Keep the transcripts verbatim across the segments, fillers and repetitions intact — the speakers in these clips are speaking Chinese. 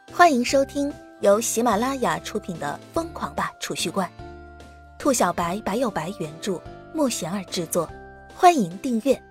欢迎收听由喜马拉雅出品的《疯狂吧储蓄罐》，兔小白白有白原著，莫贤儿制作。欢迎订阅。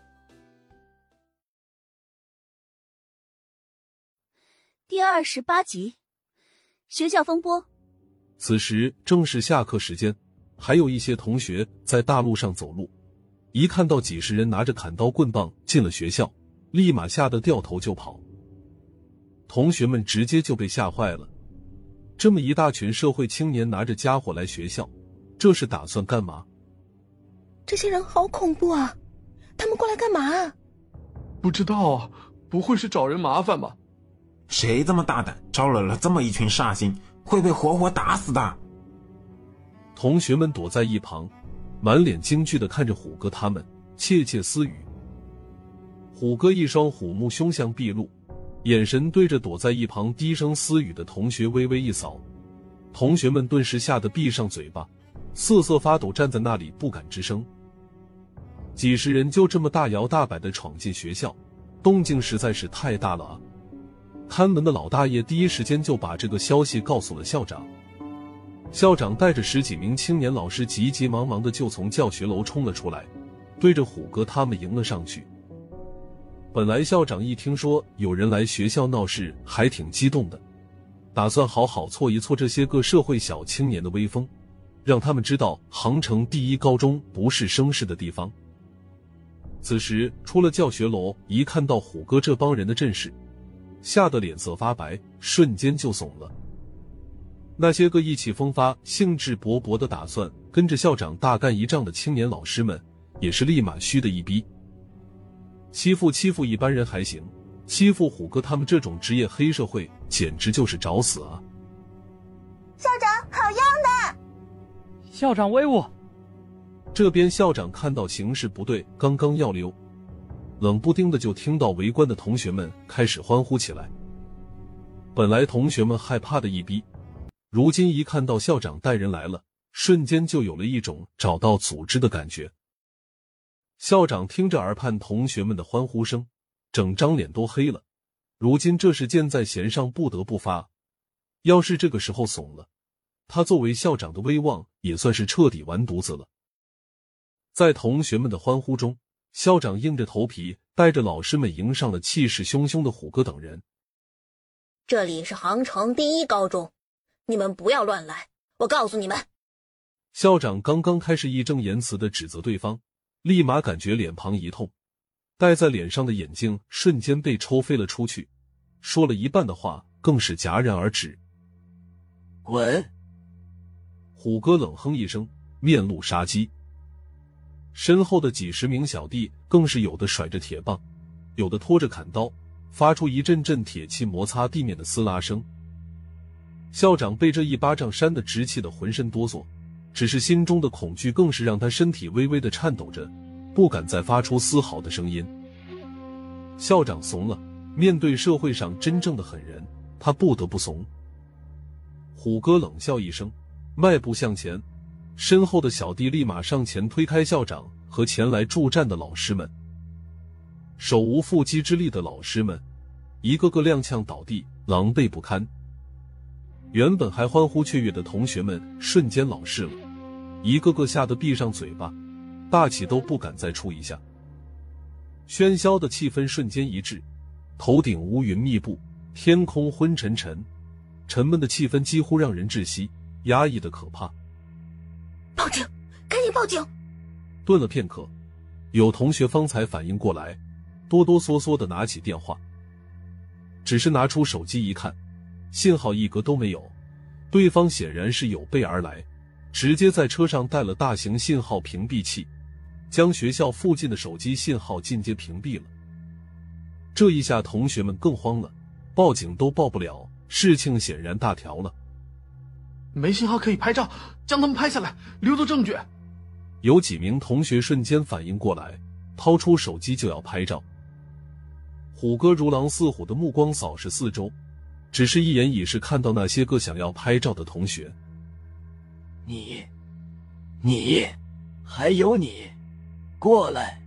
第二十八集，学校风波。 此时正是下课时间，还有一些同学在大路上走路，一看到几十人拿着砍刀棍棒进了学校，立马吓得掉头就跑。同学们直接就被吓坏了，这么一大群社会青年拿着家伙来学校，这是打算干嘛？ 这些人好恐怖啊，他们过来干嘛？ 不知道啊，不会是找人麻烦吧？ 谁这么大胆招惹了这么一群煞星，会被活活打死的。 同学们躲在一旁，满脸惊惧地看着虎哥他们，窃窃私语。虎哥一双虎目凶相毕露，眼神对着躲在一旁低声私语的同学微微一扫，同学们顿时吓得闭上嘴巴，瑟瑟发抖站在那里不敢吱声。几十人就这么大摇大摆地闯进学校，动静实在是太大了啊！看门的老大爷第一时间就把这个消息告诉了校长。校长带着十几名青年老师急急忙忙的就从教学楼冲了出来，对着虎哥他们迎了上去。本来校长一听说有人来学校闹事还挺激动的，打算好好挫一挫这些个社会小青年的威风，让他们知道杭城第一高中不是生事的地方。此时出了教学楼，一看到虎哥这帮人的阵势，吓得脸色发白，瞬间就怂了。那些个意气风发兴致勃勃的打算跟着校长大干一仗的青年老师们也是立马虚的一逼。欺负欺负一般人还行，欺负虎哥他们这种职业黑社会简直就是找死啊！ 校长好样的！ 校长威武！ 这边校长看到形势不对，刚刚要溜，冷不丁的就听到围观的同学们开始欢呼起来。本来同学们害怕的一逼，如今一看到校长带人来了，瞬间就有了一种找到组织的感觉。校长听着耳畔同学们的欢呼声，整张脸都黑了。如今这是箭在弦上，不得不发。要是这个时候怂了，他作为校长的威望也算是彻底完犊子了。在同学们的欢呼中，校长硬着头皮带着老师们迎上了气势汹汹的虎哥等人。 这里是杭城第一高中，你们不要乱来，我告诉你们。 校长刚刚开始义正言辞地指责对方，立马感觉脸庞一痛，戴在脸上的眼镜瞬间被抽飞了出去，说了一半的话更是戛然而止。 滚！ 虎哥冷哼一声，面露杀机。身后的几十名小弟更是有的甩着铁棒，有的拖着砍刀，发出一阵阵铁器摩擦地面的撕拉声。校长被这一巴掌扇得直气的浑身哆嗦，只是心中的恐惧更是让他身体微微的颤抖着，不敢再发出丝毫的声音。校长怂了，面对社会上真正的狠人，他不得不怂。虎哥冷笑一声，迈步向前，身后的小弟立马上前推开校长和前来助战的老师们。手无缚鸡之力的老师们一个个踉跄倒地，狼狈不堪。原本还欢呼雀跃的同学们瞬间老实了，一个个吓得闭上嘴巴，大气都不敢再出一下。喧嚣的气氛瞬间一滞，头顶乌云密布，天空昏沉沉，沉闷的气氛几乎让人窒息，压抑的可怕。 报警，赶紧报警！ 顿了片刻，有同学方才反应过来，哆哆嗦嗦地拿起电话，只是拿出手机一看，信号一格都没有，对方显然是有备而来，直接在车上带了大型信号屏蔽器，将学校附近的手机信号尽皆屏蔽了。这一下同学们更慌了，报警都报不了，事情显然大条了。 没信号可以拍照，将他们拍下来，留作证据。 有几名同学瞬间反应过来，掏出手机就要拍照。虎哥如狼似虎的目光扫视四周，只是一眼已是看到那些个想要拍照的同学。 你，你，还有你，过来！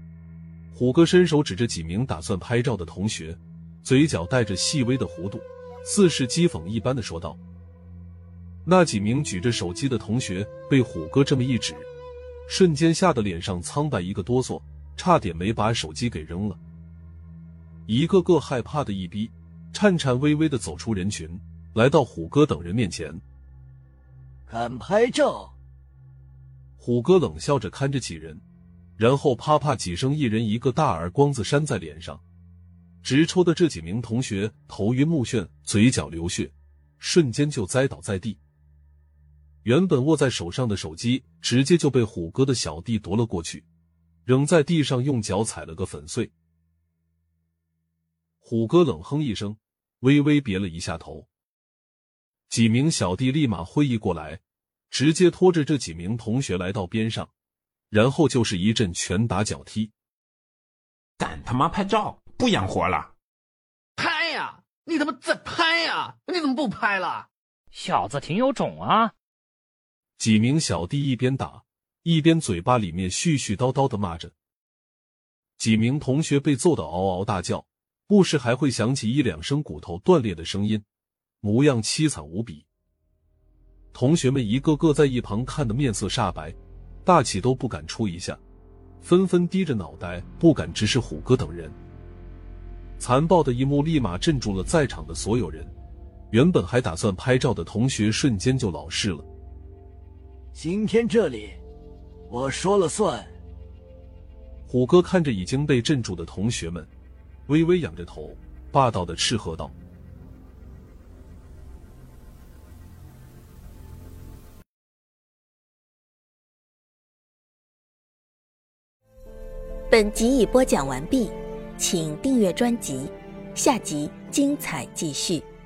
虎哥伸手指着几名打算拍照的同学，嘴角带着细微的弧度， 似是讥讽一般的说道。那几名举着手机的同学被虎哥这么一指，瞬间吓得脸上苍白一个哆嗦，差点没把手机给扔了。一个个害怕的一逼，颤颤巍巍地走出人群，来到虎哥等人面前。 敢拍照？ 虎哥冷笑着看着几人，然后啪啪几声，一人一个大耳光子扇在脸上，直抽的这几名同学头晕目眩，嘴角流血，瞬间就栽倒在地。原本握在手上的手机直接就被虎哥的小弟夺了过去，扔在地上，用脚踩了个粉碎。虎哥冷哼一声，微微别了一下头。几名小弟立马会意过来，直接拖着这几名同学来到边上，然后就是一阵拳打脚踢。 敢他妈拍照，不养活了！ 拍呀！你他妈再拍呀！你怎么不拍了？ 小子挺有种啊！ 几名小弟一边打，一边嘴巴里面絮絮叨叨地骂着。几名同学被揍得嗷嗷大叫，不时还会响起一两声骨头断裂的声音，模样凄惨无比。同学们一个个在一旁看得面色煞白，大气都不敢出一下，纷纷低着脑袋不敢直视虎哥等人。残暴的一幕立马镇住了在场的所有人，原本还打算拍照的同学瞬间就老实了。 今天这里我说了算。 虎哥看着已经被镇住的同学们，微微仰着头，霸道地斥喝道。 本集已播讲完毕，请订阅专辑，下集精彩继续。